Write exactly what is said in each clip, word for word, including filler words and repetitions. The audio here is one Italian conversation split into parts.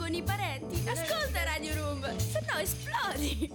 con i parenti. Ascolta Radio Room, se no esplodi.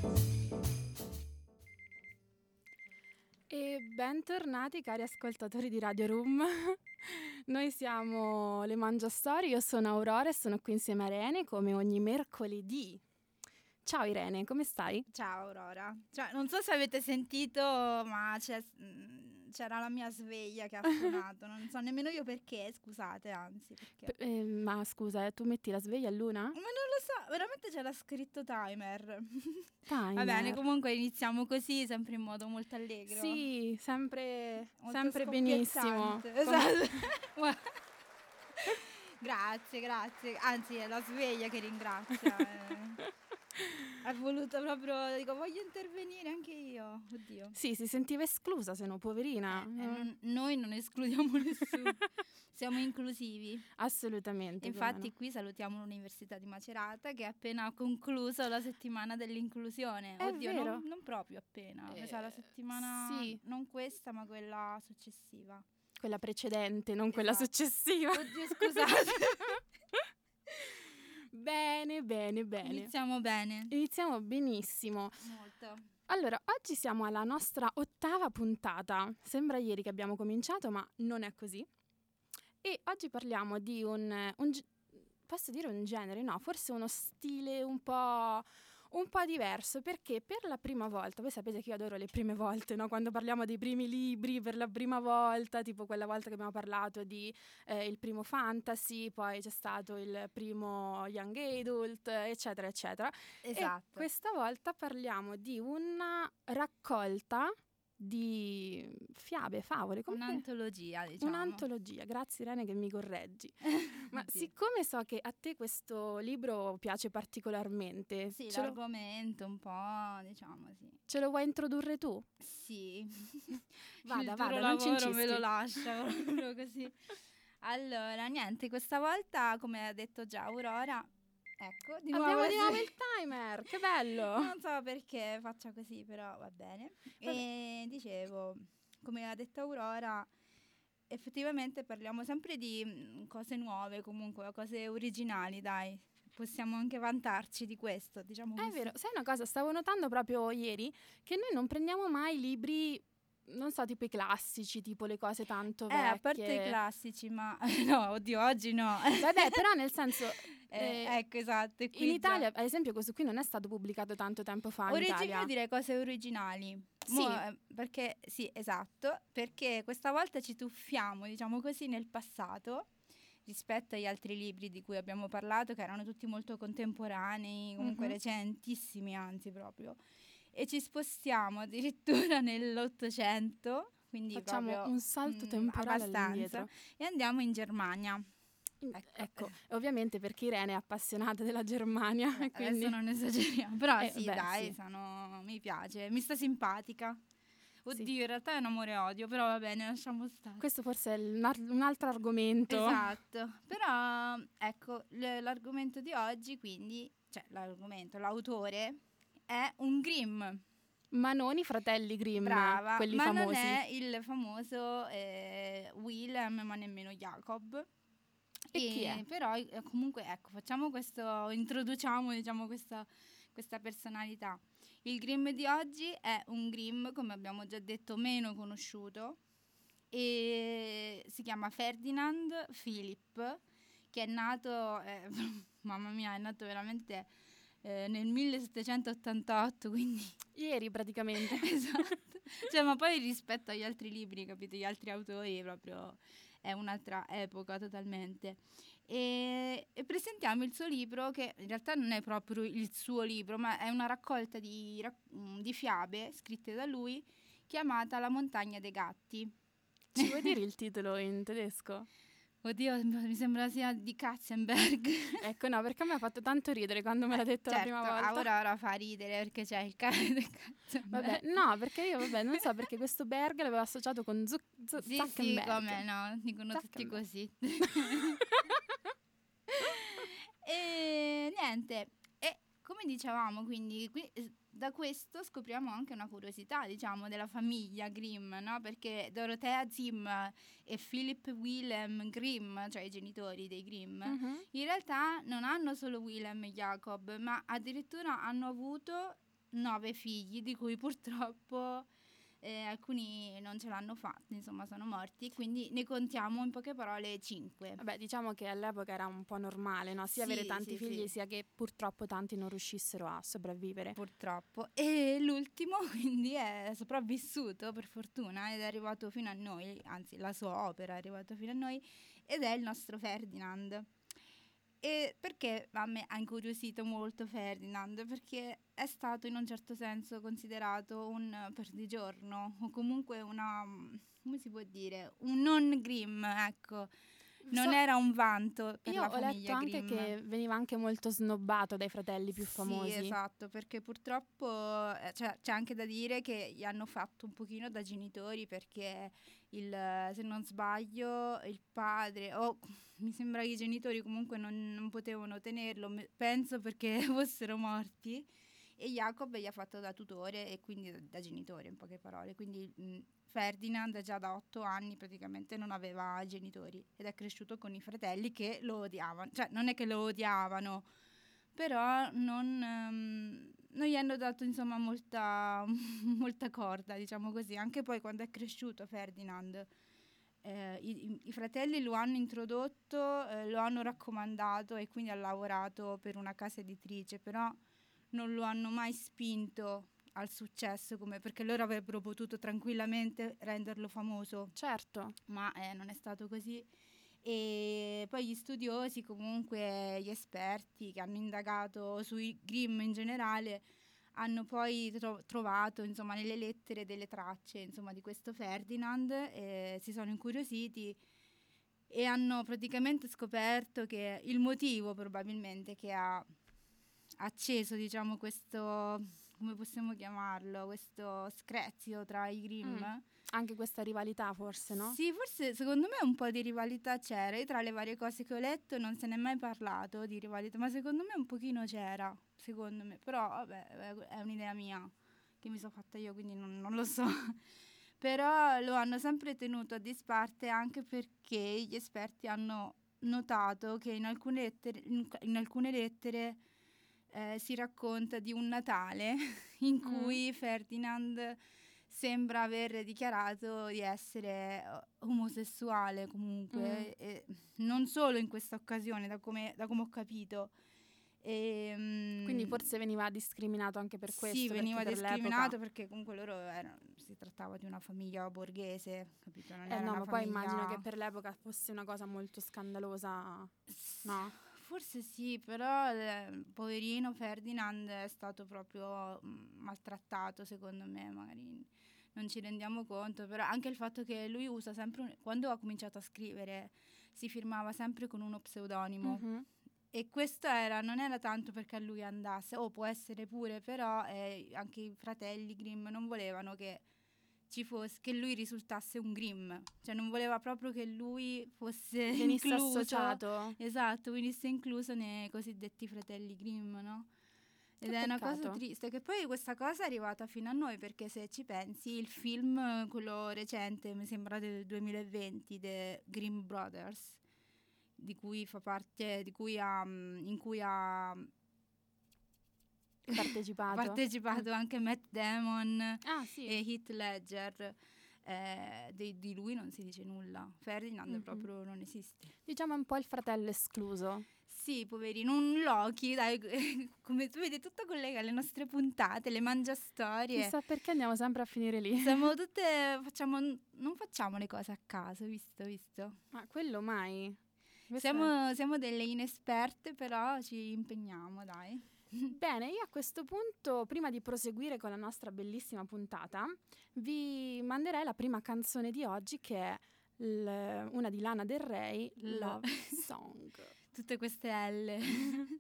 E bentornati cari ascoltatori di Radio Room. Noi siamo Le Mangiastorie, io sono Aurora e sono qui insieme a Irene come ogni mercoledì. Ciao Irene, come stai? Ciao Aurora. Cioè, non so se avete sentito, ma c'è, mh, c'era la mia sveglia che ha suonato. Non so nemmeno io perché, scusate, anzi. Perché... P- eh, ma scusa, eh, tu metti la sveglia a luna? Ma non lo so, veramente c'era scritto timer. Timer. Va bene, comunque iniziamo così, sempre in modo molto allegro. Sì, sempre, Molto sempre benissimo. Esatto. Grazie, grazie. Anzi, è la sveglia che ringrazia. eh. Ha voluto proprio, dico, voglio intervenire anche io. Oddio. Sì, si sentiva esclusa, se no, poverina. Eh, eh, non- noi non escludiamo nessuno, siamo inclusivi. Assolutamente. Infatti come no. qui salutiamo l'Università di Macerata che ha appena concluso la settimana dell'inclusione. È Oddio, vero. non, non proprio appena, Eh, mi sa la settimana, sì. non questa ma quella successiva. Quella precedente, non quella Esatto. successiva. Oddio, scusate. Bene, bene, bene. Iniziamo bene. Iniziamo benissimo. Molto. Allora, oggi siamo alla nostra ottava puntata. Sembra ieri che abbiamo cominciato, ma non è così. E oggi parliamo di un, un ge- posso dire un genere? No, forse uno stile un po', un po' diverso, perché per la prima volta, voi sapete che io adoro le prime volte, no? Quando parliamo dei primi libri per la prima volta, tipo quella volta che abbiamo parlato di eh, il primo fantasy, poi c'è stato il primo young adult, eccetera, eccetera. Esatto. E questa volta parliamo di una raccolta di fiabe, favole, come Un'antologia, diciamo. un'antologia. Grazie Irene che mi correggi. Ma Oddio. siccome so che a te questo libro piace particolarmente, Sì, ce, lo, l'argomento un po', diciamo, sì. ce lo vuoi introdurre tu? Sì. Vada, Il vada, duro non ci lavoro me incischi. lo lascia proprio così. Allora, niente, questa volta, come ha detto già Aurora, ecco, di nuovo, Abbiamo di sì. nuovo il timer, che bello! Non so perché faccia così, però va bene. E dicevo, come ha detto Aurora, effettivamente parliamo sempre di mm, cose nuove, comunque, cose originali, dai. Possiamo anche vantarci di questo, diciamo È così. vero, sai una cosa, stavo notando proprio ieri che noi non prendiamo mai libri, non so, tipo i classici, tipo le cose tanto Eh, vecchie. a parte i classici, ma no, oddio, oggi no. Vabbè, però nel senso, Eh, eh, ecco, esatto. e qui in già- Italia, ad esempio, questo qui non è stato pubblicato tanto tempo fa in Origi- Italia. io direi cose originali. Sì. Mo, eh, perché sì, esatto, perché questa volta ci tuffiamo, diciamo così, nel passato rispetto agli altri libri di cui abbiamo parlato, che erano tutti molto contemporanei, comunque Mhm. recentissimi, anzi proprio. E ci spostiamo addirittura nell'Ottocento, quindi Facciamo proprio, un salto mm, temporale abbastanza, all'indietro. e andiamo in Germania. In- Ecco. Ecco, ovviamente perché Irene è appassionata della Germania, e quindi Adesso non esageriamo, però Eh, sì, beh, dai, sì. sono- mi piace, mi sta simpatica. Oddio, Sì. in realtà è un amore e odio, però va bene, lasciamo stare. questo forse è il- un un altro argomento. Esatto, però ecco, l- l'argomento di oggi, quindi, cioè l'argomento, l'autore è un Grimm, Ma non i fratelli Grimm, brava, quelli ma famosi. non è il famoso eh, Willem, ma nemmeno Jacob. E chi è? Però eh, comunque ecco, facciamo questo, introduciamo diciamo questa, questa personalità. Il Grimm di oggi è un Grimm, come abbiamo già detto, meno conosciuto, e si chiama Ferdinand Philipp, che è nato, eh, mamma mia, è nato veramente eh, nel millesettecentottantotto, quindi Ieri praticamente. esatto. Cioè, ma poi rispetto agli altri libri, capite, gli altri autori proprio è un'altra epoca totalmente. E, e presentiamo il suo libro, che in realtà non è proprio il suo libro, ma è una raccolta di, rac- mm, di fiabe scritte da lui, chiamata La montagna dei gatti. Ci vuoi dire il titolo in tedesco? Oddio, mi sembra sia di Katzenberg. Ecco, no, perché a me ha fatto tanto ridere quando me l'ha detto certo, la prima volta. ora, ora fa ridere perché c'è il cane del Katzenberg. Vabbè, no, perché io, vabbè, non so, perché questo Berg l'avevo associato con Zuc- Z- Sì, sì, Zuckerberg. come no, dicono tutti Zuckerberg. così. E niente, e come dicevamo, quindi qui, eh, da questo scopriamo anche una curiosità, diciamo, della famiglia Grimm, no? Perché Dorothea Zimm e Philip Wilhelm Grimm, cioè i genitori dei Grimm, Mhm. in realtà non hanno solo Wilhelm e Jacob, ma addirittura hanno avuto nove figli, di cui purtroppo eh, alcuni non ce l'hanno fatta, insomma sono morti, quindi ne contiamo in poche parole cinque. Vabbè, diciamo che all'epoca era un po' normale, no? Sia Sì, avere tanti sì, figli sì. sia che purtroppo tanti non riuscissero a sopravvivere. Purtroppo. E l'ultimo quindi è sopravvissuto per fortuna ed è arrivato fino a noi, anzi la sua opera è arrivata fino a noi, ed è il nostro Ferdinand. E perché a me ha incuriosito molto Ferdinand? Perché è stato in un certo senso considerato un perdigiorno o comunque una, come si può dire, un non Grimm, ecco. Non So- era un vanto per Io la ho letto famiglia anche Grimm. che veniva anche molto snobbato dai fratelli più famosi. Sì, esatto, perché purtroppo eh, cioè, c'è anche da dire che gli hanno fatto un pochino da genitori perché il, eh, se non sbaglio il padre o mi sembra che i genitori comunque non, non potevano tenerlo, me- penso perché fossero morti, e Jacob gli ha fatto da tutore e quindi da, da genitore in poche parole, quindi mh, Ferdinand già da otto anni praticamente non aveva genitori ed è cresciuto con i fratelli che lo odiavano, cioè non è che lo odiavano, però non, ehm, non gli hanno dato insomma molta, molta corda, diciamo così. Anche poi quando è cresciuto Ferdinand, eh, i, i- i fratelli lo hanno introdotto, eh, lo hanno raccomandato e quindi ha lavorato per una casa editrice, però non lo hanno mai spinto al successo, come, perché loro avrebbero potuto tranquillamente renderlo famoso, Certo. ma eh, non è stato così. E poi gli studiosi, comunque gli esperti che hanno indagato sui Grimm in generale, hanno poi tro- trovato insomma nelle lettere delle tracce insomma di questo Ferdinand, e si sono incuriositi e hanno praticamente scoperto che il motivo probabilmente che ha acceso diciamo questo, come possiamo chiamarlo, questo screzio tra i Grimm. Mm. Anche questa rivalità forse, no? Sì, forse secondo me un po' di rivalità c'era. Io tra le varie cose che ho letto non se n'è mai parlato di rivalità, ma secondo me un pochino c'era, secondo me. Però vabbè, è è un'idea mia che mi sono fatta io, quindi non, non lo so. Però lo hanno sempre tenuto a disparte anche perché gli esperti hanno notato che in alcune lettere, in, in alcune lettere eh, si racconta di un Natale in Mm. cui Ferdinand sembra aver dichiarato di essere eh, omosessuale comunque, e non solo in questa occasione, da come, da come ho capito. E, mm, Quindi forse veniva discriminato anche per questo. sì, perché veniva per discriminato l'epoca- perché comunque loro erano, si trattava di una famiglia borghese, capito? Non Eh era no, una ma poi famiglia... immagino che per l'epoca fosse una cosa molto scandalosa, no? Forse sì, però eh, poverino Ferdinand è stato proprio mm, maltrattato, secondo me, magari non ci rendiamo conto, però anche il fatto che lui usa sempre, un- quando ha cominciato a scrivere, si firmava sempre con uno pseudonimo. Mhm. E questo era, non era tanto perché a lui andasse, o può essere pure, però eh, anche i fratelli Grimm non volevano che ci fosse, che lui risultasse un Grimm, cioè non voleva proprio che lui fosse Venisse incluso. associato. Esatto, venisse incluso nei cosiddetti fratelli Grimm, no? Ed Che è una cosa peccato. triste, che poi questa cosa è arrivata fino a noi, perché se ci pensi, il film, quello recente, mi sembra del duemilaventi, The Grimm Brothers, di cui fa parte, di cui ha, mm, in cui ha Partecipato. partecipato anche Matt Damon Ah sì. e Heath Ledger. Eh, di, di lui non si dice nulla. Ferdinand Mhm. proprio non esiste. Diciamo un po' il fratello escluso. Sì, poverino, un Loki, dai, come tu vedi, tutto collega alle nostre puntate, le mangiastorie. Chissà perché andiamo sempre a finire lì. Siamo tutte, facciamo, non facciamo le cose a caso, visto, visto. Ma quello mai. Questo è- Siamo, siamo delle inesperte, però ci impegniamo, dai. Bene, io a questo punto, prima di proseguire con la nostra bellissima puntata, vi manderei la prima canzone di oggi, che è l- una di Lana Del Rey, Love Song. Tutte queste L.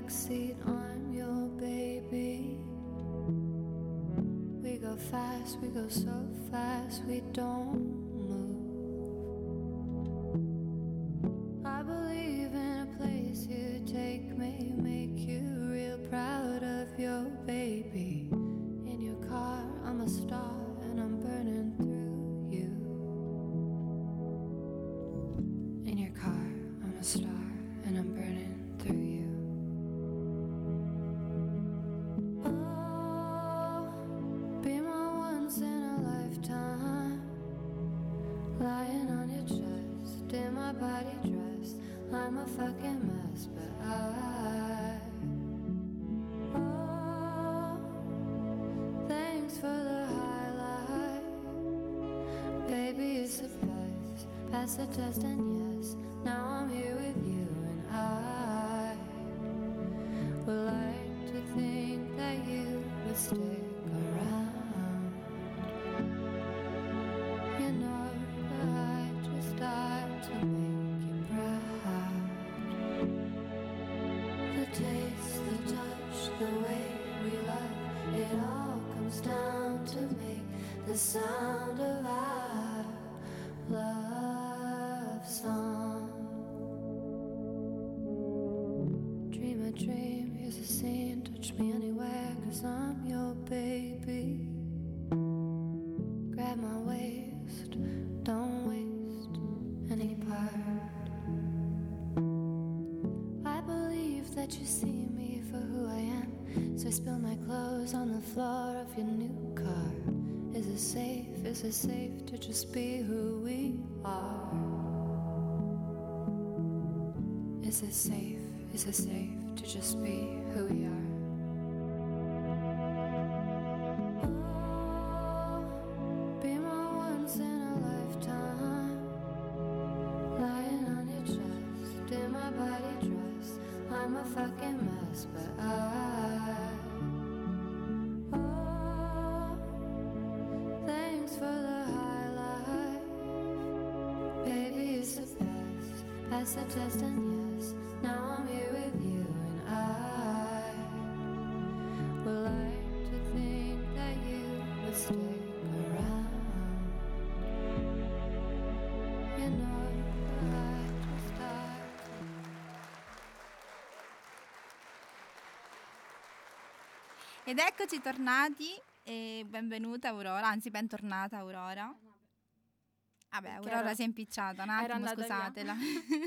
backseat, I'm your baby. We go fast, we go so fast, we don't move. I believe in a place you take me, make you real proud of your baby. In your car, I'm a star and I'm burning through you. In your car, I'm a star and I'm burning through you. Oh, be my once in a lifetime. Lying on your chest, in my body dressed, I'm a fucking mess, but I. Oh, thanks for the highlight. Baby, it's the best. Pass the test and yes, now I'm here with you and I would like to think that you would stick around. You know that I just died to make you proud. The taste, the touch, the way we love, it all comes down to make the sound of our love song. Dream a dream, here's a scene, touch me anywhere, cause I'm your baby. Grab my waist, don't waste any part. I believe that you see me for who I am, so I spill my clothes on the floor of your new car. Is it safe, is it safe to just be who we are? Is it safe, is it safe to just be who we are? Oh, be my once in a lifetime. Lying on your chest, in my body dress, I'm a fucking mess, but I. Oh, thanks for the highlight. Baby, it's the best. Pass the test and yes, now I'm here with you and I would like to think that you would stick around. You know that I just died. Ed eccoci tornati e benvenuta Aurora, anzi bentornata Aurora. Vabbè, Perché Aurora era- si è impicciata un era attimo, andata via. scusatela.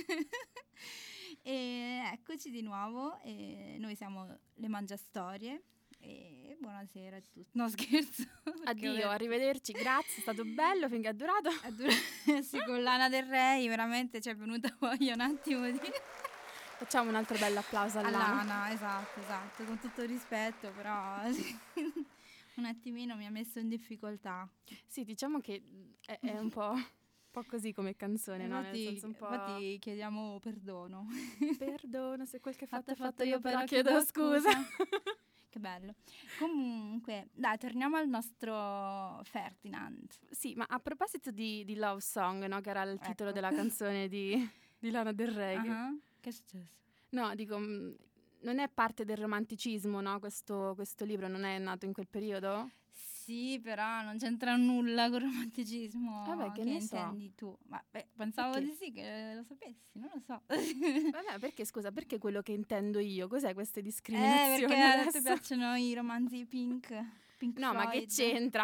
E eccoci di nuovo, e noi siamo le Mangiastorie e buonasera a tutti. No, scherzo. perché Addio, ovviamente- arrivederci, grazie, è stato bello finché è durato. è dura- sì, con Lana Del Rey veramente ci è venuta voglia un attimo di... Facciamo un altro bel applauso a all'Ana. Lana, esatto, esatto, con tutto il rispetto, però sì, un attimino mi ha messo in difficoltà. Sì, diciamo che è, è un po', un po' così come canzone, no? Nel Infatti, senso un po'... infatti chiediamo perdono. Perdono se quel che Fatto fatto è è fatto, io però chiedo scusa. Che bello. Comunque, dai, torniamo al nostro Ferdinand. Sì, ma a proposito di, di Love Song, no? Che era il titolo Ecco. della canzone di, di Lana Del Rey. che- Ah, Che è successo? No, dico, mh, non è parte del romanticismo, no? Questo, questo libro non è nato in quel periodo? Sì, però non c'entra nulla con il romanticismo Vabbè, che che ne so. intendi tu. Ma beh, pensavo Perché? di sì che lo sapessi, non lo so. Vabbè, perché scusa, perché quello che intendo io? Cos'è queste Eh, discriminazioni perché a te adesso? piacciono i romanzi Pink, Pink No, ma che Floyd. c'entra?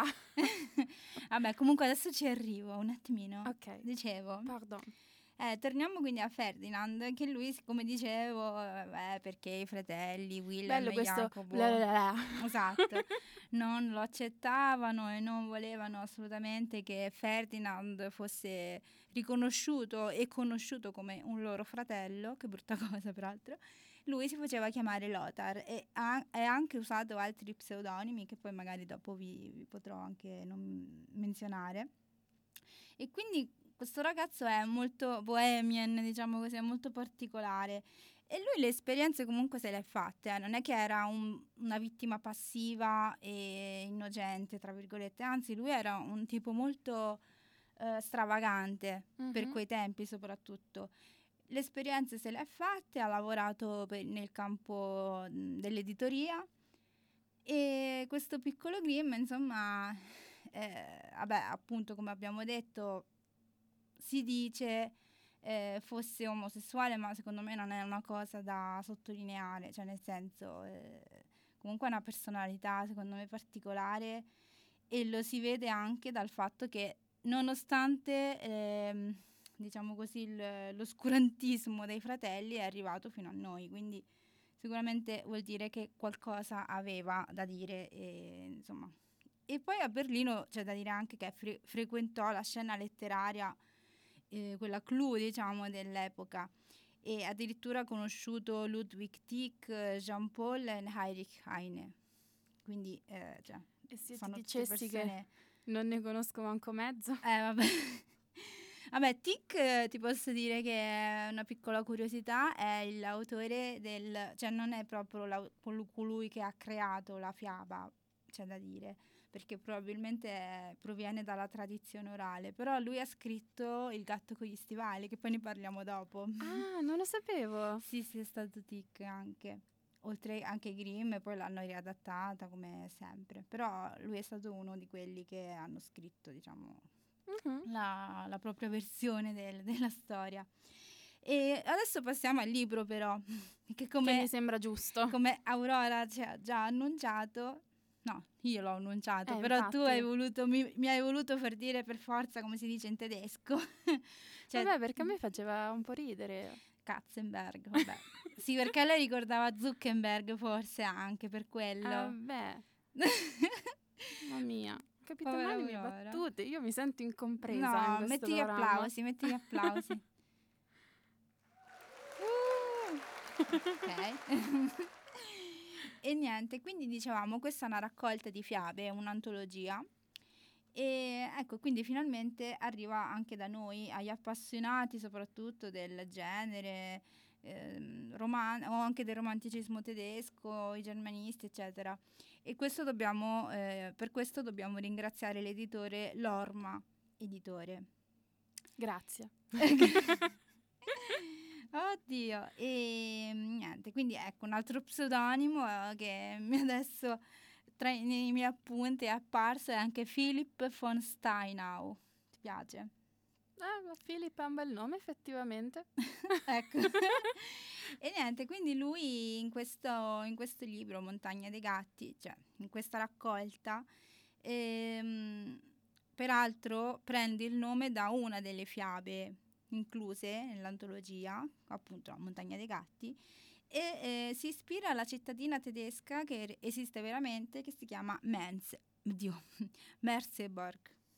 Vabbè, comunque adesso ci arrivo un attimino. Ok, Dicevo, pardon. eh, torniamo quindi a Ferdinand, che lui, come dicevo, eh, beh, perché i fratelli Willem Bello e questo... Jacopo, bla bla bla. esatto, non lo accettavano e non volevano assolutamente che Ferdinand fosse riconosciuto e conosciuto come un loro fratello, che brutta cosa peraltro. Lui si faceva chiamare Lothar e ha, ha anche usato altri pseudonimi che poi magari dopo vi, vi potrò anche non menzionare. E quindi questo ragazzo è molto bohemian, diciamo così, è molto particolare. E lui le esperienze comunque se le è fatte, eh. Non è che era un- una vittima passiva e innocente, tra virgolette, anzi lui era un tipo molto eh, stravagante per Mhm. quei tempi soprattutto. le esperienze se le ha fatte, ha lavorato per- nel campo mh, dell'editoria, e questo piccolo Grimm, insomma, eh, vabbè, appunto, come abbiamo detto, si dice eh, fosse omosessuale, ma secondo me non è una cosa da sottolineare, cioè nel senso, eh, comunque ha una personalità secondo me particolare, e lo si vede anche dal fatto che nonostante ehm, diciamo così il- l'oscurantismo dei fratelli è arrivato fino a noi, quindi sicuramente vuol dire che qualcosa aveva da dire, e, insomma. E poi a Berlino c'è da dire anche che fre- frequentò la scena letteraria, eh, quella clou, diciamo, dell'epoca, e addirittura ha conosciuto Ludwig Tieck, eh, Jean Paul e Heinrich Heine. Quindi, eh, cioè, E se ti sono tutte dicessi che persone... non ne conosco manco mezzo? Eh, vabbè. Vabbè, Tieck, eh, ti posso dire che è una piccola curiosità, è l'autore del... cioè non è proprio lau- col- colui che ha creato la fiaba, c'è da dire, perché probabilmente è- proviene dalla tradizione orale, però lui ha scritto Il gatto con gli stivali, che poi ne parliamo dopo. Ah, non lo sapevo. Sì, sì, è stato Tieck anche. Oltre anche Grimm, e poi l'hanno riadattata come sempre. Però lui è stato uno di quelli che hanno scritto, diciamo, Mhm. la, la propria versione del- della storia. E adesso passiamo al libro, però, che Che come, mi sembra giusto. come Aurora ci ha già annunciato, no, io l'ho annunciato, Eh, però tu infatti. hai voluto, mi, mi hai voluto far dire per forza come si dice in tedesco. Cioè, Vabbè, perché a me faceva un po' ridere. Katzenberg, vabbè. Sì, perché lei ricordava Zuckerberg, forse anche per quello. Ah, vabbè, mamma mia. Capite Povera male le mie Aurora. battute? Io mi sento incompresa in No, questo metti gli programma. applausi, metti gli applausi. Uh, ok. E niente, quindi dicevamo, questa è una raccolta di fiabe, è un'antologia. E ecco, quindi finalmente arriva anche da noi, agli appassionati soprattutto del genere, ehm, roman- o anche del romanticismo tedesco, i germanisti, eccetera. E questo dobbiamo, eh, per questo dobbiamo ringraziare l'editore Lorma Editore. Grazie. Oddio, e mm, niente, quindi ecco un altro pseudonimo eh, che mi adesso tra i nei miei appunti è apparso, è anche Philipp von Steinau. Ti piace? Ah, ma Philip è un bel nome, effettivamente. Ecco. E niente, quindi lui in questo, in questo libro, Montagna dei Gatti, cioè in questa raccolta, ehm, peraltro prende il nome da una delle fiabe incluse nell'antologia, appunto la Montagna dei Gatti, e eh, si ispira alla cittadina tedesca che re- esiste veramente, che si chiama Menz, Dio, Merseburg.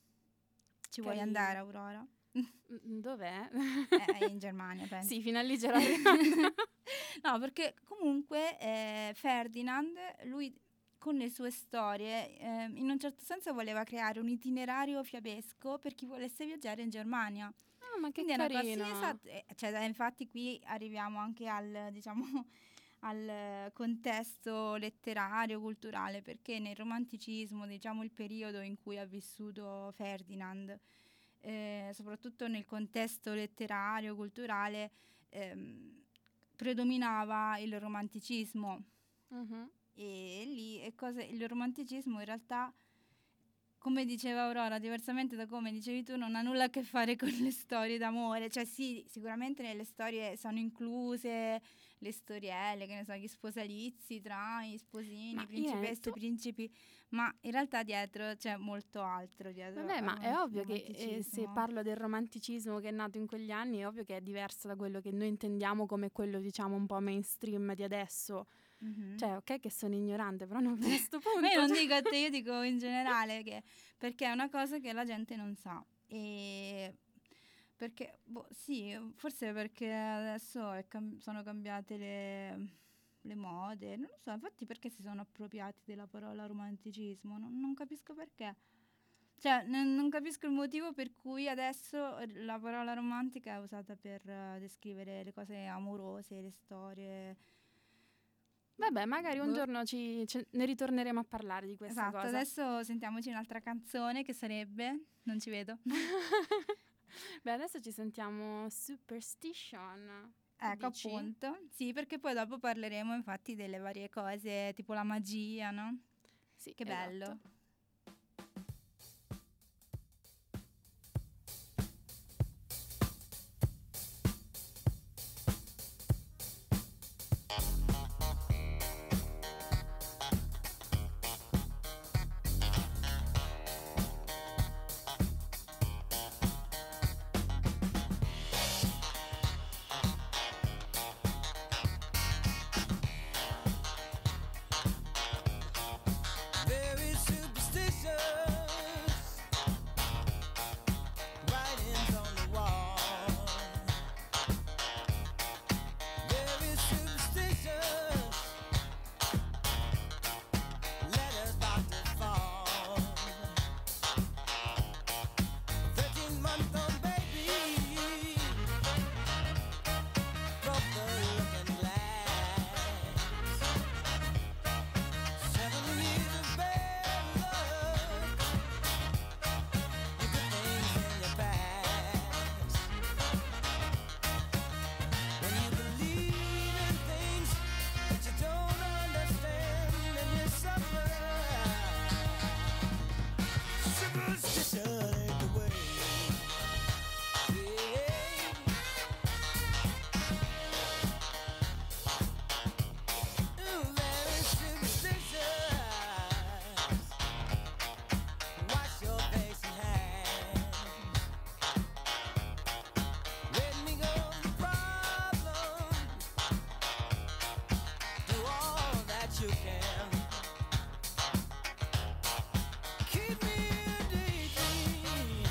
Ci vuoi Carino. andare, Aurora? Mm, Dov'è? È in Germania, penso. Sì, fino a lì c'era arrivata. No, perché comunque eh, Ferdinand, lui con le sue storie, eh, in un certo senso voleva creare un itinerario fiabesco per chi volesse viaggiare in Germania. Ah, ma che Quindi è una cosa, sì, carino. esatto, eh, cioè, eh, infatti qui arriviamo anche al, diciamo, al eh, contesto letterario, culturale, perché nel romanticismo, diciamo il periodo in cui ha vissuto Ferdinand, eh, soprattutto nel contesto letterario, culturale, ehm, predominava il romanticismo, Mhm. e lì e cose, il romanticismo in realtà, come diceva Aurora, diversamente da come dicevi tu, non ha nulla a che fare con le storie d'amore. Cioè sì, sicuramente nelle storie sono incluse le storielle, che ne so, gli sposalizi tra i sposini, Ma i principesse, tu- i principi, ma in realtà dietro c'è molto altro dietro. Vabbè, al ma è roman- ovvio che eh, se romanticismo. parlo del romanticismo che è nato in quegli anni, è ovvio che è diverso da quello che noi intendiamo come quello, diciamo, un po' mainstream di adesso. Mhm. Cioè, ok che sono ignorante, però non a questo punto. Ma io non cioè- dico a te, io dico in generale, che, perché è una cosa che la gente non sa. E perché, boh, sì, forse perché adesso è cam- sono cambiate le, le mode, non lo so, infatti perché si sono appropriati della parola romanticismo, non, non capisco perché. Cioè, non, non capisco il motivo per cui adesso eh, la parola romantica è usata per eh, descrivere le cose amorose, le storie. Vabbè, magari un Boh. giorno ci, ce- ne ritorneremo a parlare di questa Esatto, cosa. adesso sentiamoci un'altra canzone che sarebbe, non ci vedo, Beh, adesso ci sentiamo Superstition. Che Ecco, dici? appunto. Sì, perché poi dopo parleremo infatti delle varie cose, tipo la magia, no? Sì, Che esatto. bello. Very superstitious, writings on the wall. Very superstitious, letters about to fall. Thirteen-month-old baby broke the looking glass. Seven years of bad luck, you put things in your past. When you believe in things that you don't understand, and you suffer. Superstition ain't the way. Yeah. Ooh, very superstitious. Wash your face and hands. Let me go the problem. Do all that you can. Keep me a daydream.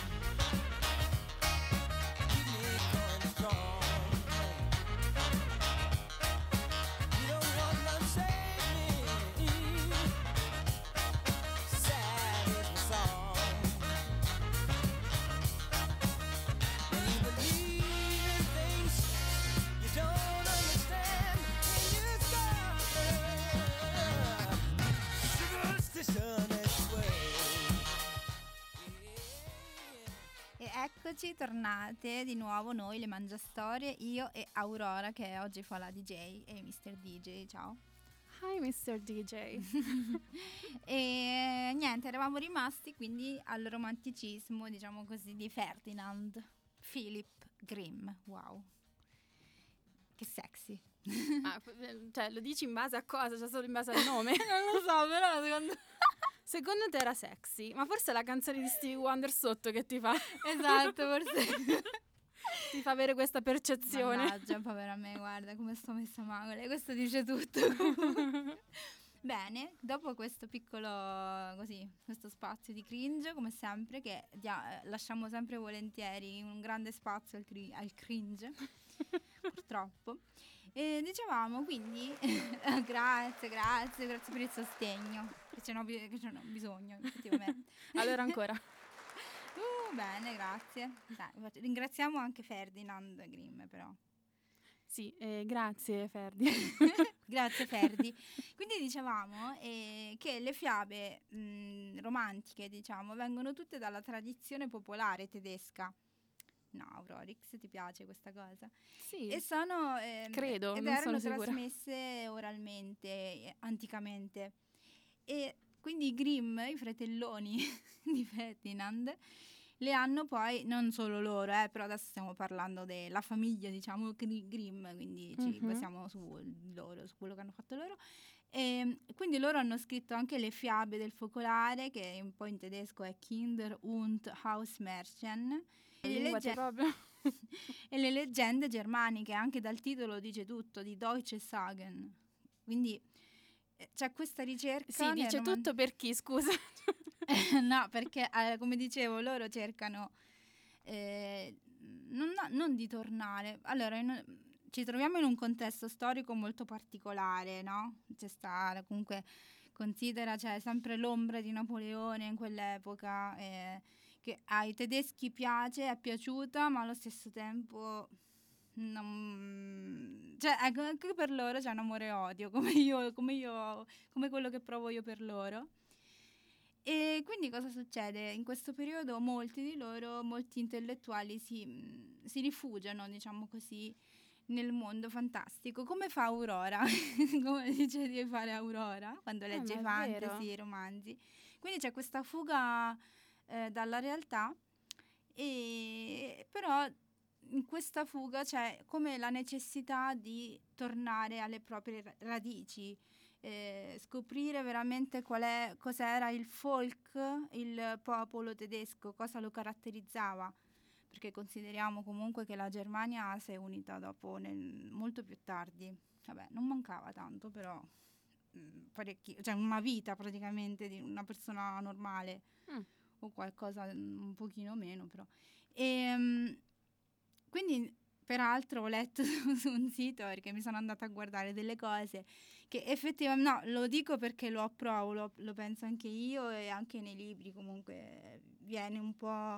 Keep me going strong. You don't want to save me. Sad is my song. When you believe in things you don't understand, and you suffer. Superstition is the way. E eccoci tornate di nuovo noi, le Mangiastorie, io e Aurora che oggi fa la D J e mister D J, ciao. Hi mister D J. E niente, eravamo rimasti quindi al romanticismo, diciamo così, di Ferdinand Philip Grimm. Wow, che sexy. Ah, p- cioè, lo dici in base a cosa? Cioè, solo in base al nome? Non lo so, però secondo Secondo te era sexy, ma forse è la canzone di Stevie Wonder sotto che ti fa, esatto, forse. ti fa avere questa percezione. Mannaggia, povera me, guarda come sto messa male, questo dice tutto. Bene, dopo questo piccolo, così, questo spazio di cringe, come sempre, che dia- lasciamo sempre volentieri un grande spazio al, cri- al cringe, purtroppo. E dicevamo quindi, grazie, grazie, grazie per il sostegno, che ce n'ho, bi- che ce n'ho bisogno, effettivamente. Allora ancora. Uh, bene, grazie. Dai, faccio- ringraziamo anche Ferdinand Grimm, però. Sì, eh, grazie Ferdi. Grazie Ferdi. Quindi dicevamo eh, che le fiabe mh, romantiche, diciamo, vengono tutte dalla tradizione popolare tedesca. No, Aurorix, ti piace questa cosa? Sì, E sono ehm, credo, ed non erano sono sicura. trasmesse oralmente eh, anticamente. E quindi i Grimm, i fratelloni di Ferdinand, le hanno poi, non solo loro, eh, però adesso stiamo parlando della famiglia, diciamo, Gri- Grimm, quindi ci Mhm. basiamo su loro, su quello che hanno fatto loro. E quindi loro hanno scritto anche le fiabe del focolare, che un po' in tedesco è Kinder und Hausmärchen. E le, Lingua legge- proprio. e le leggende germaniche, anche dal titolo dice tutto, di Deutsche Sagen. Quindi eh, c'è questa ricerca. Sì, nel dice roman- tutto per chi, scusa. No, perché eh, come dicevo, loro cercano eh, non, non di tornare. Allora, in- ci troviamo in un contesto storico molto particolare, no? C'è sta comunque, considera, c'è sempre l'ombra di Napoleone in quell'epoca, eh, che ai tedeschi piace, è piaciuta, ma allo stesso tempo non, cioè ecco, anche per loro c'è un amore e odio, come io, come io, come quello che provo io per loro. E quindi cosa succede? In questo periodo molti di loro, molti intellettuali si, mh, si rifugiano, diciamo così, nel mondo fantastico. Come fa Aurora? Come dice di fare Aurora quando legge ma è fantasy vero. e romanzi. Quindi c'è questa fuga eh, dalla realtà, e però in questa fuga c'è come la necessità di tornare alle proprie ra- radici, eh, scoprire veramente qual è, cos'era il folk, il popolo tedesco, cosa lo caratterizzava, perché consideriamo comunque che la Germania si è unita dopo, nel, molto più tardi. Vabbè, non mancava tanto, però mh, parecchi, cioè una vita praticamente di una persona normale, Mm. o qualcosa mm, un pochino meno, però. E, mh, quindi, peraltro, ho letto su, su un sito, perché mi sono andata a guardare delle cose che effettivamente, no, lo dico perché lo approvo, lo, lo penso anche io, e anche nei libri comunque viene un po',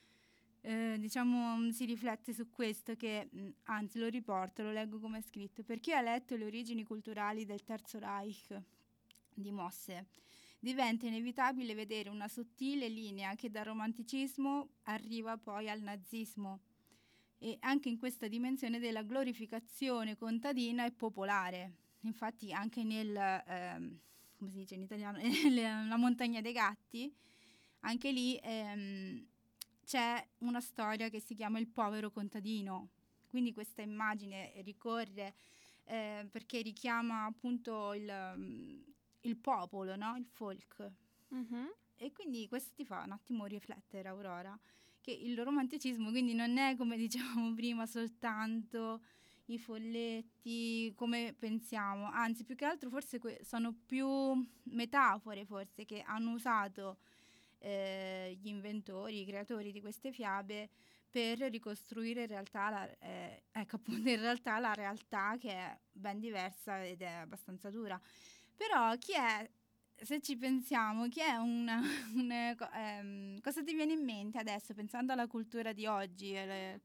eh, diciamo, si riflette su questo, che mh, anzi lo riporto, lo leggo come è scritto. Per chi ha letto le origini culturali del Terzo Reich di Mosse, diventa inevitabile vedere una sottile linea che dal romanticismo arriva poi al nazismo, e anche in questa dimensione della glorificazione contadina e popolare. Infatti anche nel, ehm, come si dice in italiano, la montagna dei gatti, anche lì ehm, c'è una storia che si chiama il povero contadino. Quindi questa immagine ricorre eh, perché richiama appunto il, um, il popolo, no? Il folk. Mhm. E quindi questo ti fa un attimo riflettere, Aurora, che il romanticismo quindi non è, come dicevamo prima, soltanto i folletti come pensiamo, anzi più che altro forse que- sono più metafore forse che hanno usato eh, gli inventori, i creatori di queste fiabe per ricostruire in realtà la, eh, ecco appunto in realtà la realtà, che è ben diversa ed è abbastanza dura. Però chi è, se ci pensiamo, chi è una, un, co- ehm, cosa ti viene in mente adesso pensando alla cultura di oggi? e le-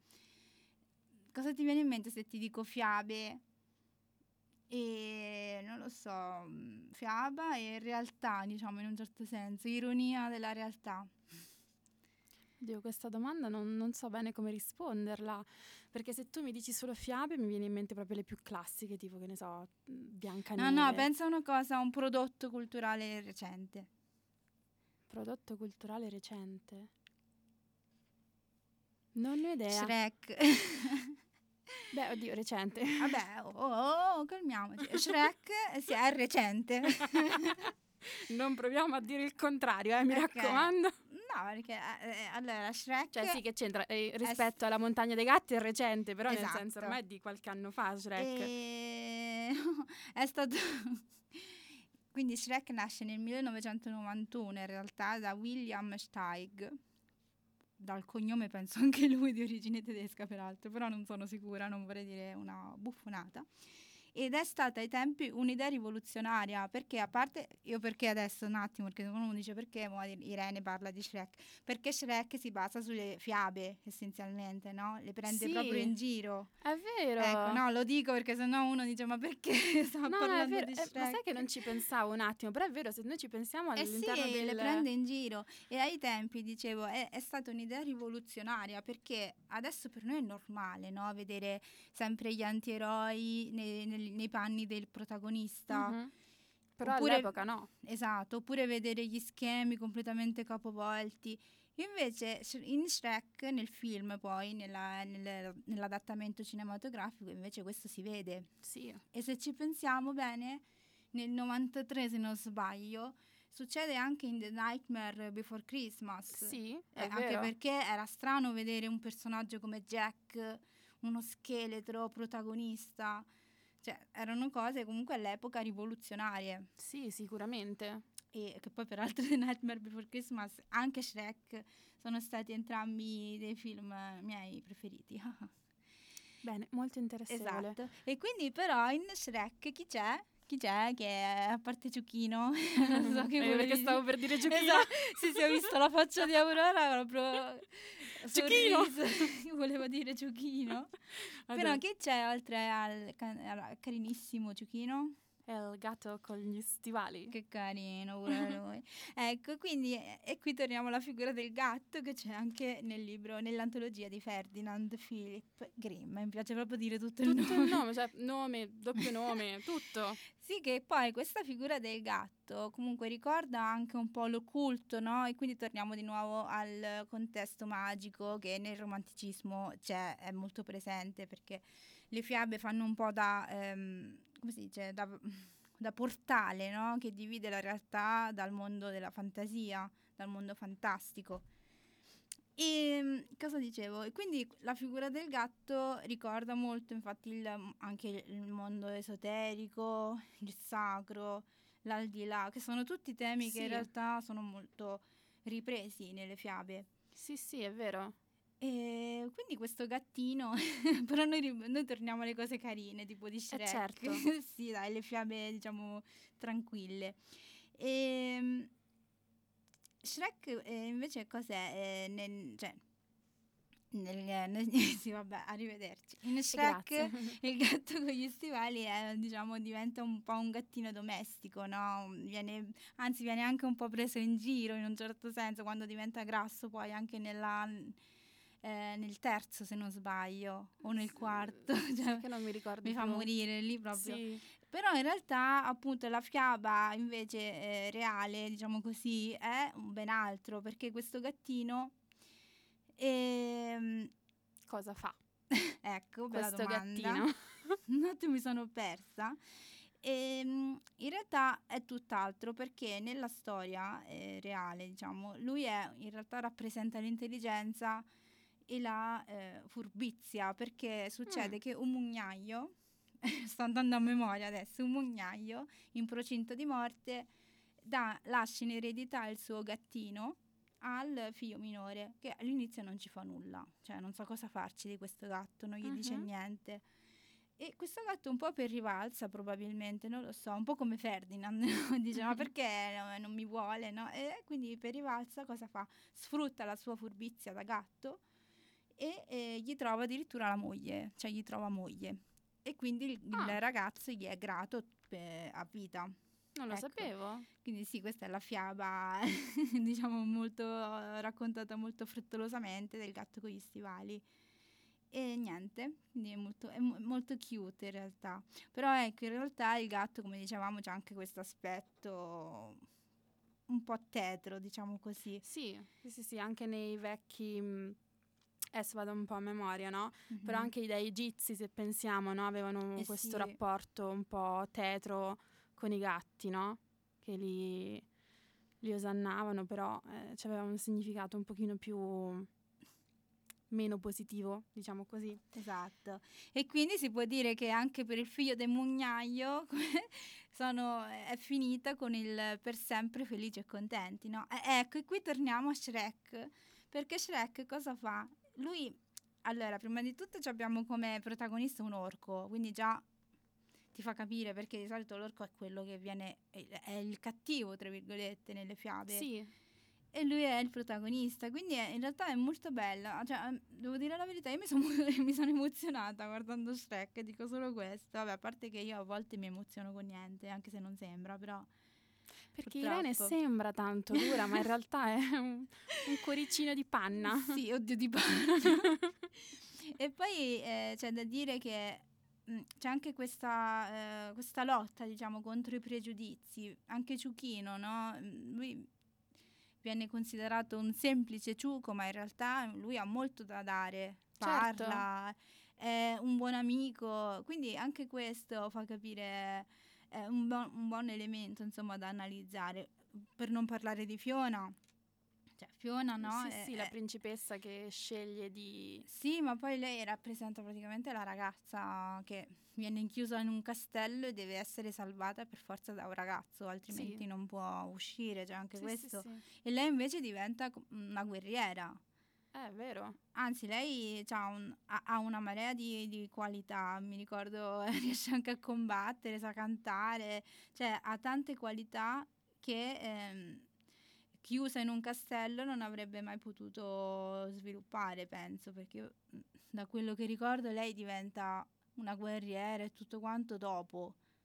cosa ti viene in mente se ti dico fiabe e non lo so, mh, fiaba e realtà, diciamo in un certo senso, ironia della realtà? Dio, questa domanda non, non so bene come risponderla, perché se tu mi dici solo fiabe mi viene in mente proprio le più classiche, tipo che ne so, No, Biancaneve. no, pensa a una cosa, un prodotto culturale recente. Prodotto culturale recente. Non ne ho idea. Shrek. Beh, oddio, recente. Vabbè, oh, oh, oh, calmiamoci. Shrek eh, sì, è recente. Non proviamo a dire il contrario, eh, mi Ok. raccomando. No, perché eh, eh, allora Shrek Cioè sì, che c'entra? Eh, s- rispetto alla Montagna dei Gatti è recente, però nel senso Esatto. ormai è di qualche anno fa Shrek. E... è stato quindi Shrek nasce nel millenovecentonovantuno in realtà da William Steig, dal cognome penso anche lui di origine tedesca peraltro, però non sono sicura, non vorrei dire una buffonata. Ed è stata ai tempi un'idea rivoluzionaria, perché a parte, io perché adesso un attimo, perché uno dice perché mo Irene parla di Shrek, perché Shrek si basa sulle fiabe essenzialmente, no? Le prende Sì. proprio in giro. È vero. Ecco, no, lo dico perché sennò uno dice ma perché sta No, no, è parlando vero. di Eh, Shrek? ma sai che non ci pensavo un attimo, però è vero, se noi ci pensiamo Eh sì, all'interno del... le prende in giro. E ai tempi, dicevo, è, è stata un'idea rivoluzionaria, perché adesso per noi è normale, no? Vedere sempre gli antieroi nei, nei- nei panni del protagonista. Mhm. Però Oppure- all'epoca no. Esatto, oppure vedere gli schemi completamente capovolti. Invece Sh- in Shrek, nel film poi, nella- nel- nell'adattamento cinematografico, invece questo si vede. Sì. E se ci pensiamo bene, nel novantatré, se non sbaglio, succede anche in The Nightmare Before Christmas. Sì, Eh, è anche vero. perché era strano vedere un personaggio come Jack, uno scheletro protagonista. Cioè, erano cose comunque all'epoca rivoluzionarie. Sì, sicuramente. E che poi peraltro The Nightmare Before Christmas, anche Shrek, sono stati entrambi dei film miei preferiti. Bene, molto interessante. Esatto. E quindi però in Shrek chi c'è? Chi c'è che è, a parte Ciuchino? Non so che Eh, vuoi perché dire. stavo per dire Giochino. Esatto. Sì, sì, ho visto la faccia di Aurora proprio Ciuchino. sorriso. Volevo dire Ciuchino. Vabbè. Però chi c'è oltre al, ca- al carinissimo Ciuchino? È il gatto con gli stivali. Che carino pure lui. Ecco, quindi eh, e qui torniamo alla figura del gatto che c'è anche nel libro, nell'antologia di Ferdinand Philipp Grimm. Mi piace proprio dire tutto il Tutto nome. il nome, cioè nome, doppio nome, tutto. Sì, che poi questa figura del gatto comunque ricorda anche un po' l'occulto, no? E quindi torniamo di nuovo al contesto magico che nel romanticismo c'è, è molto presente, perché le fiabe fanno un po' da, ehm, come si dice, da, da portale, no? Che divide la realtà dal mondo della fantasia, dal mondo fantastico. E cosa dicevo? E quindi la figura del gatto ricorda molto, infatti, il- anche il mondo esoterico, il sacro, l'aldilà, che sono tutti temi che Sì. in realtà sono molto ripresi nelle fiabe. Sì, sì, è vero. E quindi questo gattino, però noi, ri- noi torniamo alle cose carine, tipo di Shrek. certo. Sì, dai, le fiabe, diciamo, tranquille. E Shrek eh, invece cos'è? Eh, nel, cioè, nel, nel- sì, vabbè, arrivederci. In Shrek Grazie. il gatto con gli stivali è, diciamo, diventa un po' un gattino domestico, no? Viene, anzi, viene anche un po' preso in giro in un certo senso quando diventa grasso, poi anche nella, eh, nel terzo, se non sbaglio, o nel quarto. Cioè, Che non mi ricordo mi fa più. morire lì proprio. Sì. Però in realtà appunto la fiaba invece eh, reale, diciamo così, è un ben altro, perché questo gattino, ehm, Cosa fa ecco, bella questo domanda. gattino? Un attimo mi sono persa. Ehm, in realtà è tutt'altro, perché nella storia eh, reale, diciamo, lui è, in realtà rappresenta l'intelligenza e la eh, furbizia, perché succede Mm. che un mugnaio, sto andando a memoria adesso, un mugnaio in procinto di morte dà, lascia in eredità il suo gattino al figlio minore, che all'inizio non ci fa nulla, cioè non sa cosa farci di questo gatto, non gli dice Mhm. niente. E questo gatto un po' per rivalsa probabilmente, non lo so, un po' come Ferdinand, no? Dice ma perché no, non mi vuole, no? E quindi per rivalsa cosa fa? Sfrutta la sua furbizia da gatto e eh, gli trova addirittura la moglie, cioè gli trova moglie. E quindi il, il Ah. ragazzo gli è grato per- a vita. Non lo Ecco. sapevo. Quindi sì, questa è la fiaba, diciamo, molto eh, raccontata molto frettolosamente del gatto con gli stivali. E niente, quindi è molto, è mo- molto cute in realtà. Però ecco, in realtà il gatto, come dicevamo, c'ha anche questo aspetto un po' tetro, diciamo così. Sì, sì, sì, sì, anche nei vecchi... mh, adesso vado un po' a memoria, no? Però Mhm. anche i dei egizi, se pensiamo, no? Avevano Eh questo sì. rapporto un po' tetro con i gatti, no? Che li, li osannavano, però eh, aveva un significato un pochino più meno positivo, diciamo così. Esatto. E quindi si può dire che anche per il figlio del mugnaio sono, è finita con il per sempre felici e contenti, no? E- ecco, e qui torniamo a Shrek, perché Shrek cosa fa? Lui, allora, prima di tutto ci abbiamo come protagonista un orco, quindi già ti fa capire, perché di solito l'orco è quello che viene, è, è il cattivo, tra virgolette, nelle fiabe. Sì, E lui è il protagonista, quindi è- in realtà è molto bella. Cioè, ehm, devo dire la verità, io mi, sono mi sono emozionata guardando Shrek, dico solo questo. Vabbè, a parte che io a volte mi emoziono con niente, anche se non sembra, però perché Irene purtroppo. sembra tanto dura, ma in realtà è un, un cuoricino di panna. Sì, oddio di panna. E poi eh, c'è da dire che mh, c'è anche questa, eh, questa lotta, diciamo, contro i pregiudizi. Anche Ciuchino, no? Mm, Lui viene considerato un semplice ciuco, ma in realtà lui ha molto da dare. Certo. Parla, è un buon amico, quindi anche questo fa capire, è un, buon- un buon elemento, insomma, da analizzare. Per non parlare di Fiona. Cioè, Fiona, no? Sì, è- sì, la è- principessa che sceglie di... sì, ma poi lei rappresenta praticamente la ragazza che viene chiusa in un castello e deve essere salvata per forza da un ragazzo, altrimenti Sì. non può uscire, c'è anche Sì, questo. sì, sì. E lei invece diventa co- una guerriera. Eh, È vero. Anzi, lei c'ha un- ha, ha una marea di, di qualità, mi ricordo, riesce anche a combattere, sa cantare, cioè ha tante qualità che ehm, chiusa in un castello non avrebbe mai potuto sviluppare, penso, perché io, mh, da quello che ricordo lei diventa una guerriera e tutto quanto dopo,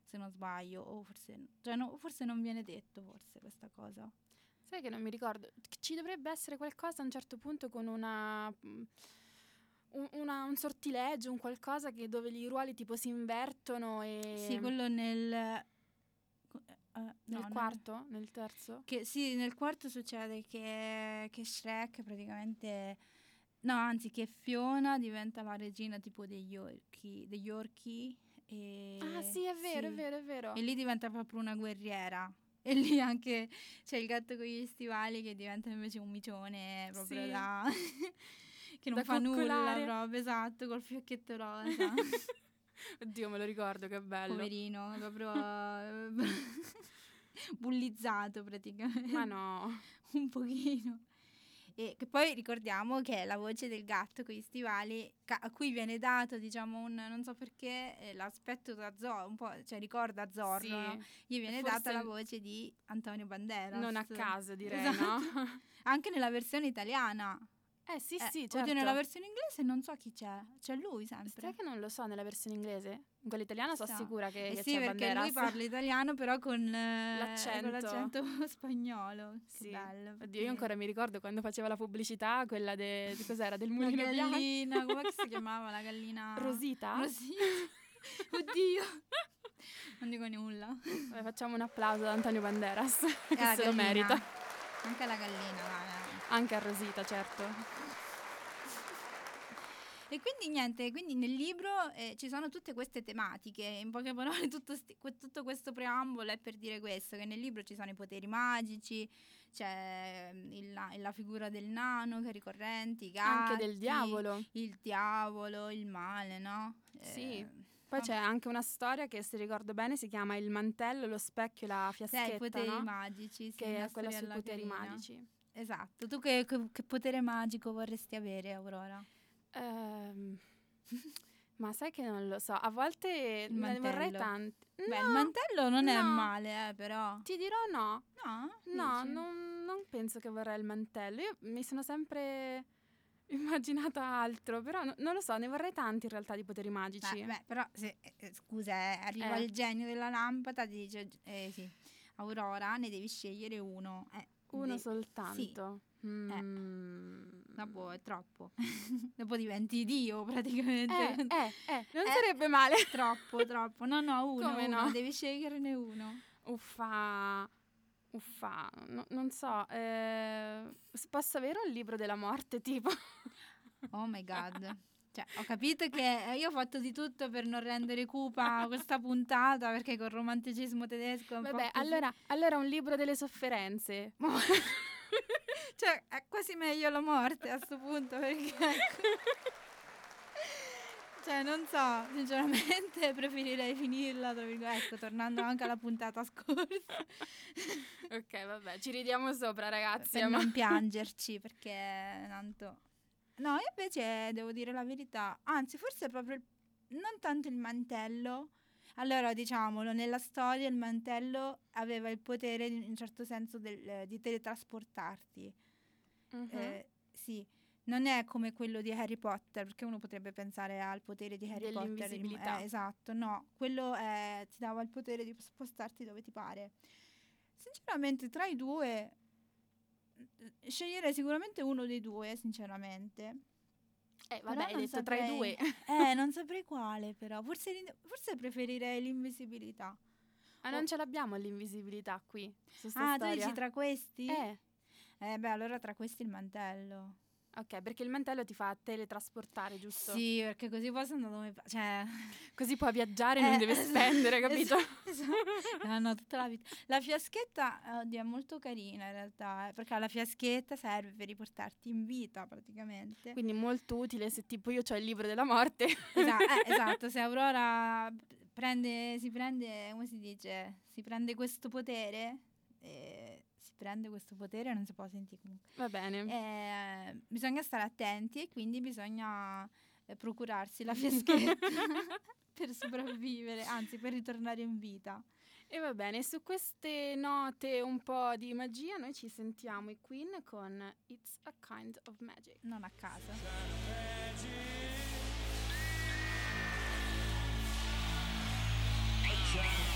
se non sbaglio, o forse, cioè no, forse non viene detto forse questa cosa. Sai che non mi ricordo. Ci dovrebbe essere qualcosa a un certo punto con una... mm, un, una- un sortileggio, un qualcosa che dove i ruoli tipo si invertono e... Sì, quello nel... co- eh, no, nel nel- quarto? Nel terzo? Che, sì, nel quarto succede che, che Shrek praticamente... No, anzi, che Fiona diventa la regina tipo degli orchi, degli orchi e... Ah sì, è vero, sì. è vero, è vero. E lì diventa proprio una guerriera. E lì anche c'è il gatto con gli stivali che diventa invece un micione proprio Sì. da... che non Da fa nulla coccolare. proprio, esatto, col fiocchetto rosa. Oddio, me lo ricordo, che bello. Poverino, proprio eh, bullizzato praticamente. Ma no. Un pochino. E che poi ricordiamo che è la voce del gatto con gli stivali, ca- a cui viene dato, diciamo, un, non so perché, eh, l'aspetto da Zorro, un po', cioè ricorda Zorro, Sì. no? Gli viene Forse data la voce di Antonio Banderas. Non a caso, direi, Esatto. no? Anche nella versione italiana. Eh sì, Eh, sì, oddio, certo. nella versione inglese non so chi c'è, c'è lui sempre. Sai che non lo so nella versione inglese? In quella italiana sono So. sicura che, Eh che sì, c'è perché Banderas. lui parla italiano però con, eh, L'accento. con l'accento spagnolo. Che Sì. bello. Oddio, io perché- ancora mi ricordo quando faceva la pubblicità, quella de, di cos'era? Del La mulino bianco. gallina, come si chiamava la gallina? Rosita? Rosita. Oddio. Non dico nulla. Vabbè, facciamo un applauso ad Antonio Banderas, che E alla se lo gallina. merita. Anche la gallina, dai. Anche a Rosita, certo. E quindi niente, quindi nel libro eh, ci sono tutte queste tematiche, in poche parole tutto, sti- que- tutto questo preambolo è per dire questo, che nel libro ci sono i poteri magici, c'è mm, il- la, la figura del nano che è ricorrente, i gatti, Anche del diavolo. il diavolo, il male, no? Sì. Eh, Poi fa- c'è anche una storia che, se ricordo bene, si chiama Il mantello, lo specchio e la Sì, fiaschetta, i poteri no? magici, sì, Che una è quella sui storiella poteri carina. magici. Esatto, tu che, che- che potere magico vorresti avere, Aurora? Ehm, ma sai che non lo so, a volte Il ne vorrei mantello. tanti. Beh, No, il mantello non è no. male, eh, però. ti dirò no. No? No, Dici? non, non penso che vorrei il mantello. Io mi sono sempre immaginata altro, però no- non lo so, ne vorrei tanti in realtà di poteri magici. Beh, beh, però se, eh, scusa, eh, arriva Eh. il genio della lampada, ti dice, eh, sì, Aurora, ne devi scegliere uno. Eh, Uno de- soltanto. Mm. Dopo è troppo. Dopo diventi Dio praticamente. Eh, eh, eh, non Eh. sarebbe male. Troppo, troppo. No, no, uno, Come uno, no? devi sceglierne uno. Uffa, uffa, no- non so, eh, s- posso avere un libro della morte tipo? Oh my god. Cioè, ho capito che eh, io ho fatto di tutto per non rendere cupa questa puntata, perché col romanticismo tedesco è un po' Vabbè, così. allora, allora un libro delle sofferenze. Cioè, è quasi meglio la morte a sto punto, perché ecco. Cioè, non so, sinceramente preferirei finirla, tra virgolette, ecco, tornando anche alla puntata scorsa, Ok, vabbè, ci ridiamo sopra, ragazzi. per ma- non piangerci, perché tanto... No, io invece devo dire la verità, anzi, forse proprio il- non tanto il mantello. Allora, diciamolo, nella storia il mantello aveva il potere, in un certo senso, del- di teletrasportarti. Mhm. Eh, sì, non è come quello di Harry Potter, perché uno potrebbe pensare al potere di Harry Potter. Dell'invisibilità. Eh, esatto, no, quello eh, ti dava il potere di spostarti dove ti pare. Sinceramente, tra i due, eh, sceglierei sicuramente uno dei due, sinceramente. Eh, Però vabbè, hai non detto tra i saprei- due. Eh, non saprei quale, però. Forse, l'in- forse preferirei l'invisibilità. Ma non ce l'abbiamo l'invisibilità qui, su sta Ah, tu storia. dici tra questi? Eh, Eh, beh, allora tra questi il mantello. ok, perché il mantello ti fa telettrasportare, giusto? Sì, perché così posso andare dove... pa- Cioè... Così puoi viaggiare e Eh, non deve es- spendere, capito? es- esatto. No, no, tutta la vita. La fiaschetta, oddio, è molto carina in realtà, eh, perché la fiaschetta serve per riportarti in vita praticamente. Quindi molto utile se tipo io ho il libro della morte. Esa- eh, esatto, se Aurora prende, si prende, come si dice, si prende questo potere, eh, si prende questo potere, non si può sentire comunque. Va bene. Eh, bisogna stare attenti e quindi bisogna eh, procurarsi la fiaschetta per sopravvivere, anzi per ritornare in vita. E va bene, su queste note un po' di magia noi ci sentiamo i Queen con It's a Kind of Magic. Non a caso. Magic.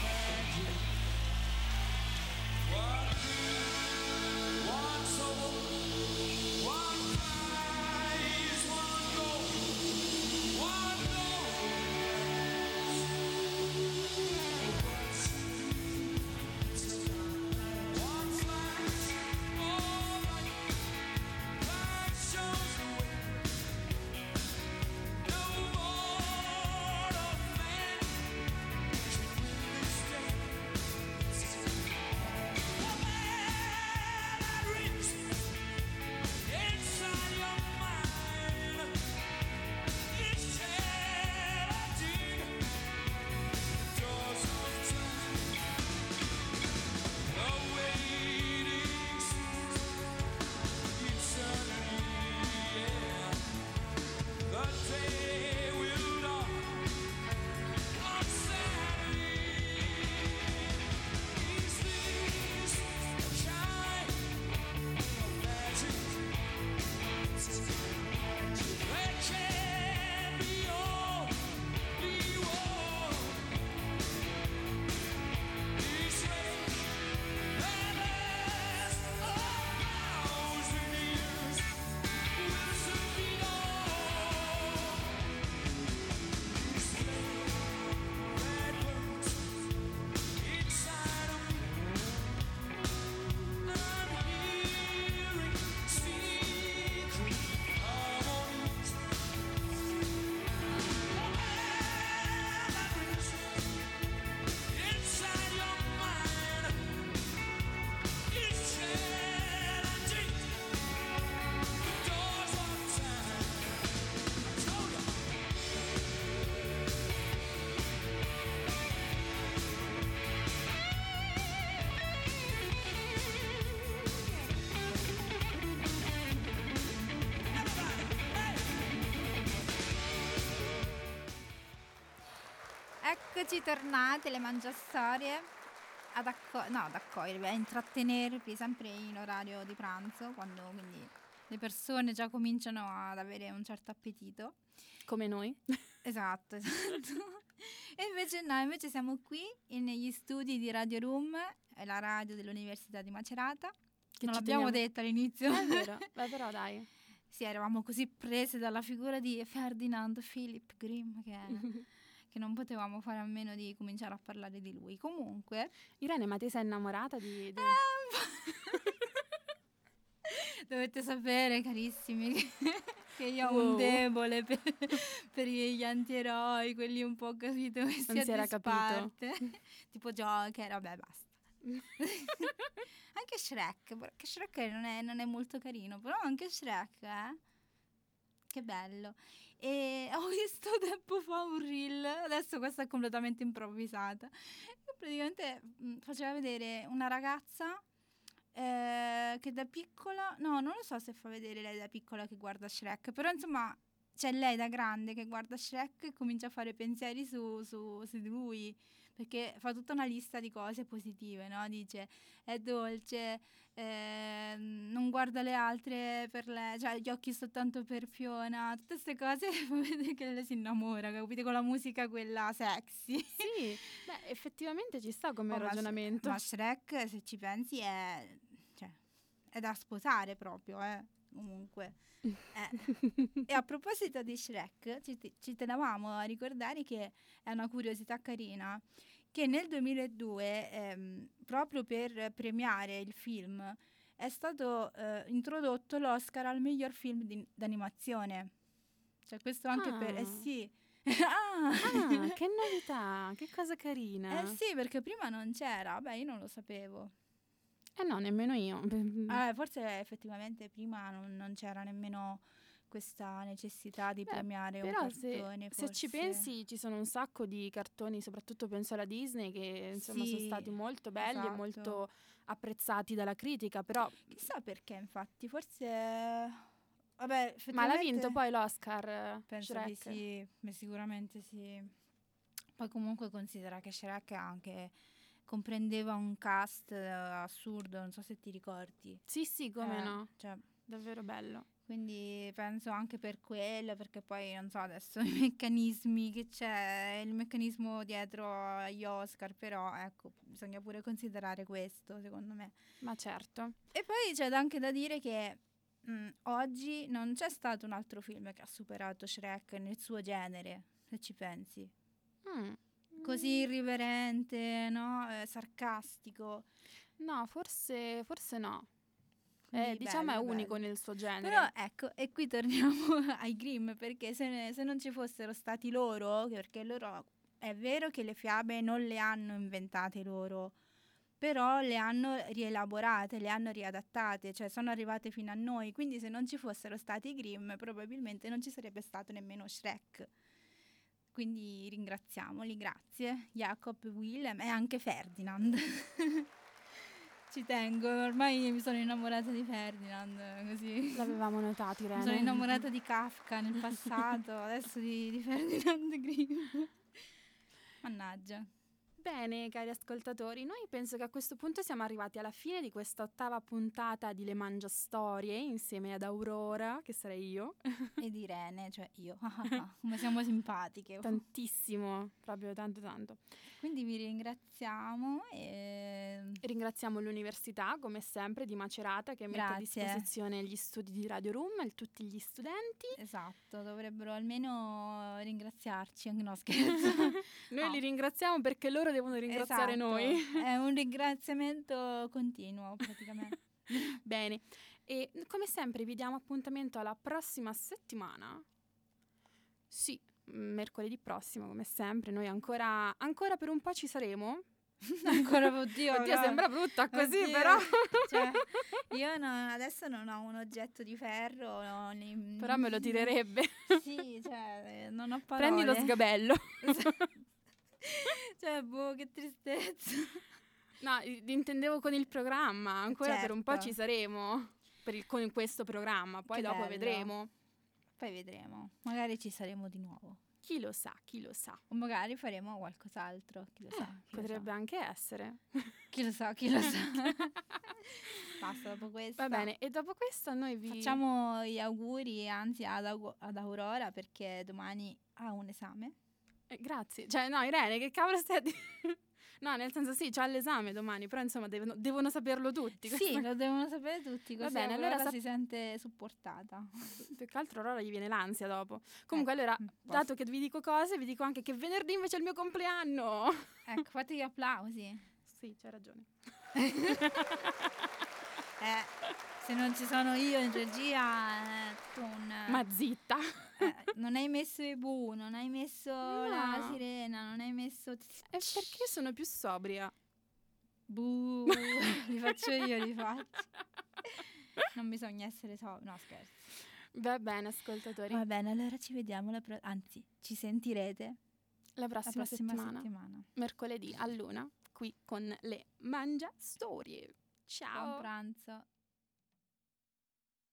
Eccoci tornate, le mangiastorie, ad, acco- no, ad accogliervi, a intrattenervi sempre in orario di pranzo, quando quindi le persone già cominciano ad avere un certo appetito. Come noi. Esatto, esatto. E invece no, invece siamo qui in- negli studi di Radio Room, è la radio dell'Università di Macerata. Che Non ci l'abbiamo teniamo- detto all'inizio. È vero, beh, però dai. Sì, eravamo così prese dalla figura di Ferdinand Philipp Grimm che, che non potevamo fare a meno di cominciare a parlare di lui. Comunque... Irene, ma ti sei innamorata di... di... Dovete sapere, carissimi, che, che io ho Wow. un debole per, per gli antieroi, quelli un po' capito messi Non a si era capito. disparte. Tipo Joker, vabbè, basta. Anche Shrek, perché Shrek non è, non è molto carino, però anche Shrek, eh? Che bello. E ho visto tempo fa un reel, adesso questa è completamente improvvisata, che praticamente mh, faceva vedere una ragazza eh, che da piccola, no, non lo so se fa vedere lei da piccola che guarda Shrek, però insomma c'è lei da grande che guarda Shrek e comincia a fare pensieri su, su, su di lui, perché fa tutta una lista di cose positive, no? Dice è dolce, eh, non guarda le altre per lei, cioè gli occhi soltanto per Fiona, tutte queste cose fa vedere che lei si innamora, capite? Con la musica quella sexy. Sì, beh, effettivamente ci sta come Oh, ma Sh- ragionamento. Ma Shrek, se ci pensi, è, cioè, è da sposare proprio, eh, comunque. Eh. E a proposito di Shrek, ci, te- ci tenevamo a ricordare che è una curiosità carina, che nel duemiladue, ehm, proprio per premiare il film, è stato eh, introdotto l'Oscar al miglior film di- d'animazione. Cioè questo anche per... Eh Ah. sì. ah! Ah, che novità, che cosa carina. Eh sì, perché prima non c'era, vabbè io non lo sapevo. Eh no, nemmeno io. Eh, forse effettivamente prima non, non c'era nemmeno questa necessità di Beh, premiare un Però se, cartone. se ci forse. pensi ci sono un sacco di cartoni, soprattutto penso alla Disney, che insomma sono Sì, stati molto belli e esatto. molto apprezzati dalla critica, però... Chissà perché, infatti, forse... Vabbè, Ma l'ha effettivamente vinto poi l'Oscar, penso Shrek? di sì, beh, sicuramente sì. Poi comunque considera che Shrek anche comprendeva un cast eh, assurdo, non so se ti ricordi. Sì, sì, come Eh, no, Cioè, davvero bello. quindi penso anche per quello, perché poi non so adesso i meccanismi che c'è, il meccanismo dietro agli Oscar, però ecco, bisogna pure considerare questo, secondo me. Ma certo. E poi c'è anche da dire che mh, oggi non c'è stato un altro film che ha superato Shrek nel suo genere, se ci pensi. Mm. Così irriverente, no? Eh, sarcastico. No, forse, forse no. Quindi Eh, diciamo bello, è unico bello. nel suo genere. Però ecco, e qui torniamo ai Grimm, perché se, ne- se non ci fossero stati loro, perché loro è vero che le fiabe non le hanno inventate loro, però le hanno rielaborate, le hanno riadattate, cioè sono arrivate fino a noi, quindi se non ci fossero stati i Grimm probabilmente non ci sarebbe stato nemmeno Shrek. Quindi ringraziamoli, grazie, Jacob, Willem e anche Ferdinand. Ci tengo, ormai mi sono innamorata di Ferdinand, così. L'avevamo notato, Irene. Mi sono innamorata di Kafka nel passato, adesso di, di Ferdinand Grimm. Mannaggia. Bene, cari ascoltatori, noi penso che a questo punto siamo arrivati alla fine di questa ottava puntata di Le Mangia Storie insieme ad Aurora, che sarei io. Ed Irene, cioè io. Come siamo simpatiche. Tantissimo, proprio tanto tanto. Quindi vi ringraziamo e Ringraziamo l'università, come sempre, di Macerata che mette a Grazie. disposizione gli studi di Radio Room e tutti gli studenti. esatto, dovrebbero almeno ringraziarci, anche no scherzo. Noi No. li ringraziamo perché loro devono ringraziare Esatto, noi. È un ringraziamento continuo praticamente. Bene, e come sempre vi diamo appuntamento alla prossima settimana. Sì, mercoledì prossimo, come sempre. Noi ancora, ancora per un po' ci saremo. Ancora, oddio. Oddio, no. sembra brutta così, Oddio. però. Cioè, io non- adesso non ho un oggetto di ferro. no, ni- Però me lo tirerebbe. Sì, cioè, eh, non ho parole. Prendi lo sgabello. Cioè, boh, che tristezza. No, i- intendevo con il programma. Ancora per un po' Certo. ci saremo per il- con questo programma. Poi Che dopo bello. vedremo. Poi vedremo. Magari ci saremo di nuovo. Chi lo sa, chi lo sa. O magari faremo qualcos'altro. Chi lo sa. Eh, chi lo potrebbe anche essere. sa. Chi lo sa, chi lo sa. Basta, dopo questo. Va bene, e dopo questo noi vi... Facciamo gli auguri, anzi, ad, Au- ad Aurora perché domani ha un esame. Eh, grazie. Cioè, no, Irene, che cavolo stai a dire? No, nel senso sì, c'ha l'esame domani, però insomma devono, devono saperlo tutti. Sì, Questo- lo devono sapere tutti, Va così bene, Aurora allora sap- si sente supportata. Più che altro Aurora gli viene l'ansia dopo. Comunque, Ecco, allora, mm, dato che vi dico cose, vi dico anche che venerdì invece è il mio compleanno. Ecco, fate gli applausi. Sì, c'hai ragione. Eh, se non ci sono io in regia, eh, tu un... Ma zitta. eh, non hai messo i bu, non hai messo la No. sirena, non hai messo... È perché sono più sobria. Bu, li faccio io, li faccio. Non bisogna essere so... No, scherzo. Va bene, ascoltatori. Va bene, allora ci vediamo, la pro- anzi, ci sentirete La la prossima, prossima settimana, settimana. mercoledì a luna, qui con le Mangia Storie. Buon Ciao. pranzo.